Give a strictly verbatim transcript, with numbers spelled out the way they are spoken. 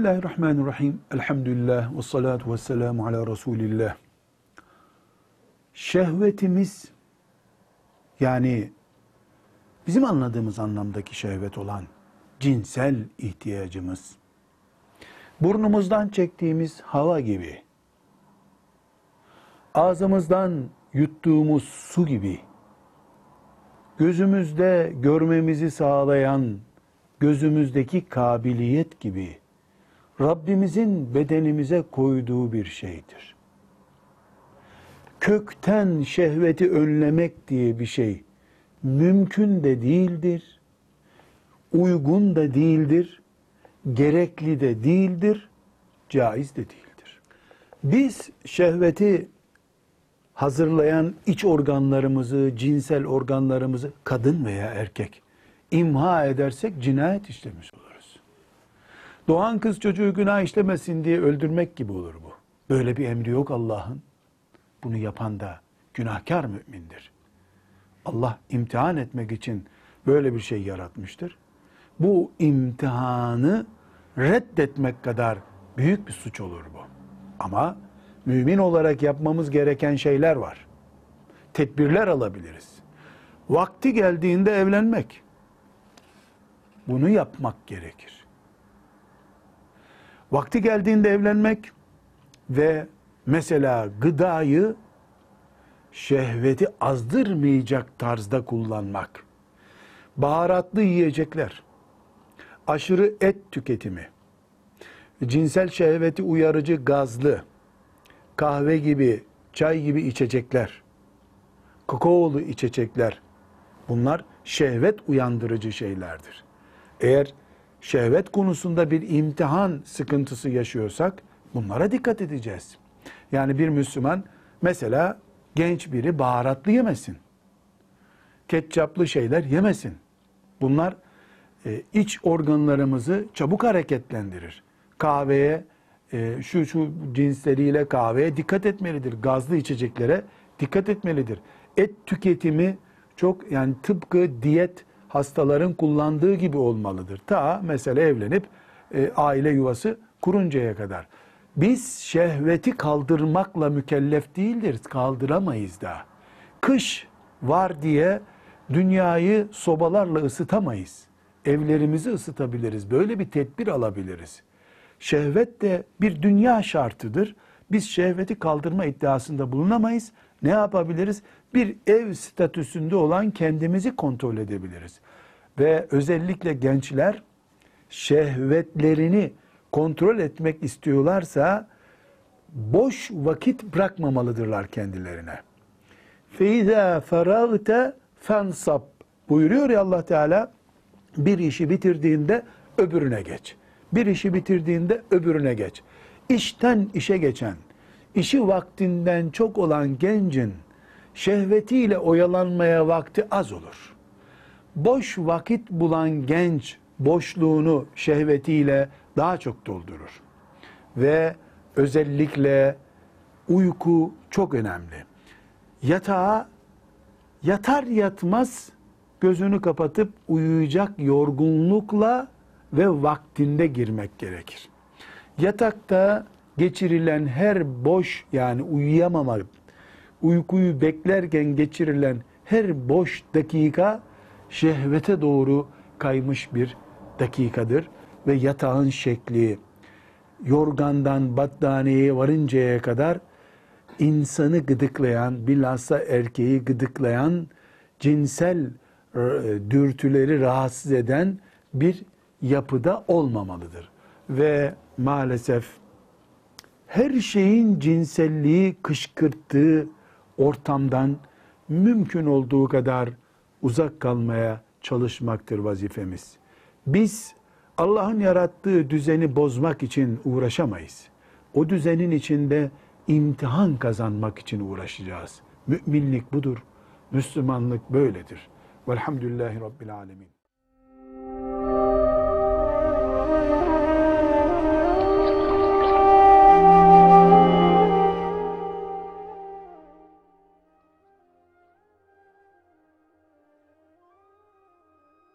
Bismillahirrahmanirrahim. Elhamdülillah ve salatu ve selamu ala Resulillah. Şehvetimiz, yani bizim anladığımız anlamdaki şehvet olan cinsel ihtiyacımız, burnumuzdan çektiğimiz hava gibi, ağzımızdan yuttuğumuz su gibi, gözümüzde görmemizi sağlayan gözümüzdeki kabiliyet gibi, Rabbimizin bedenimize koyduğu bir şeydir. Kökten şehveti önlemek diye bir şey mümkün de değildir, uygun da değildir, gerekli de değildir, caiz de değildir. Biz şehveti hazırlayan iç organlarımızı, cinsel organlarımızı kadın veya erkek imha edersek cinayet işlemiş oluruz. Doğan kız çocuğu günah işlemesin diye öldürmek gibi olur bu. Böyle bir emri yok Allah'ın. Bunu yapan da günahkar mümindir. Allah imtihan etmek için böyle bir şey yaratmıştır. Bu imtihanı reddetmek kadar büyük bir suç olur bu. Ama mümin olarak yapmamız gereken şeyler var. Tedbirler alabiliriz. Vakti geldiğinde evlenmek. Bunu yapmak gerekir. Vakti geldiğinde evlenmek ve mesela gıdayı şehveti azdırmayacak tarzda kullanmak. Baharatlı yiyecekler, aşırı et tüketimi, cinsel şehveti uyarıcı gazlı, kahve gibi, çay gibi içecekler, kakaolu içecekler, bunlar şehvet uyandırıcı şeylerdir. Eğer şehvet konusunda bir imtihan sıkıntısı yaşıyorsak bunlara dikkat edeceğiz. Yani bir Müslüman mesela genç biri baharatlı yemesin. Ketçaplı şeyler yemesin. Bunlar e, iç organlarımızı çabuk hareketlendirir. Kahveye, e, şu şu cinsleriyle kahveye dikkat etmelidir. Gazlı içeceklere dikkat etmelidir. Et tüketimi çok, yani tıpkı diyet hastaların kullandığı gibi olmalıdır. Ta mesela evlenip e, aile yuvası kuruncaya kadar. Biz şehveti kaldırmakla mükellef değildir. Kaldıramayız da. Kış var diye dünyayı sobalarla ısıtamayız. Evlerimizi ısıtabiliriz. Böyle bir tedbir alabiliriz. Şehvet de bir dünya şartıdır. Biz şehveti kaldırma iddiasında bulunamayız. Ne yapabiliriz? Bir ev statüsünde olan kendimizi kontrol edebiliriz. Ve özellikle gençler şehvetlerini kontrol etmek istiyorlarsa boş vakit bırakmamalıdırlar kendilerine. فَاِذَا فَرَغْتَ فَانْصَبْ buyuruyor ya Allah Teala, bir işi bitirdiğinde öbürüne geç. Bir işi bitirdiğinde öbürüne geç. İşten işe geçen, işi vaktinden çok olan gencin şehvetiyle oyalanmaya vakti az olur. Boş vakit bulan genç boşluğunu şehvetiyle daha çok doldurur. Ve özellikle uyku çok önemli. Yatağa yatar yatmaz gözünü kapatıp uyuyacak yorgunlukla ve vaktinde girmek gerekir. Yatakta geçirilen her boş, yani uyuyamama, uykuyu beklerken geçirilen her boş dakika şehvete doğru kaymış bir dakikadır. Ve yatağın şekli, yorgandan battaniyeye varıncaya kadar insanı gıdıklayan, bilhassa erkeği gıdıklayan, cinsel dürtüleri rahatsız eden bir yapıda olmamalıdır. Ve maalesef her şeyin cinselliği kışkırttığı ortamdan mümkün olduğu kadar uzak kalmaya çalışmaktır vazifemiz. Biz Allah'ın yarattığı düzeni bozmak için uğraşamayız. O düzenin içinde imtihan kazanmak için uğraşacağız. Müminlik budur. Müslümanlık böyledir. Velhamdülillahi Rabbil Alemin.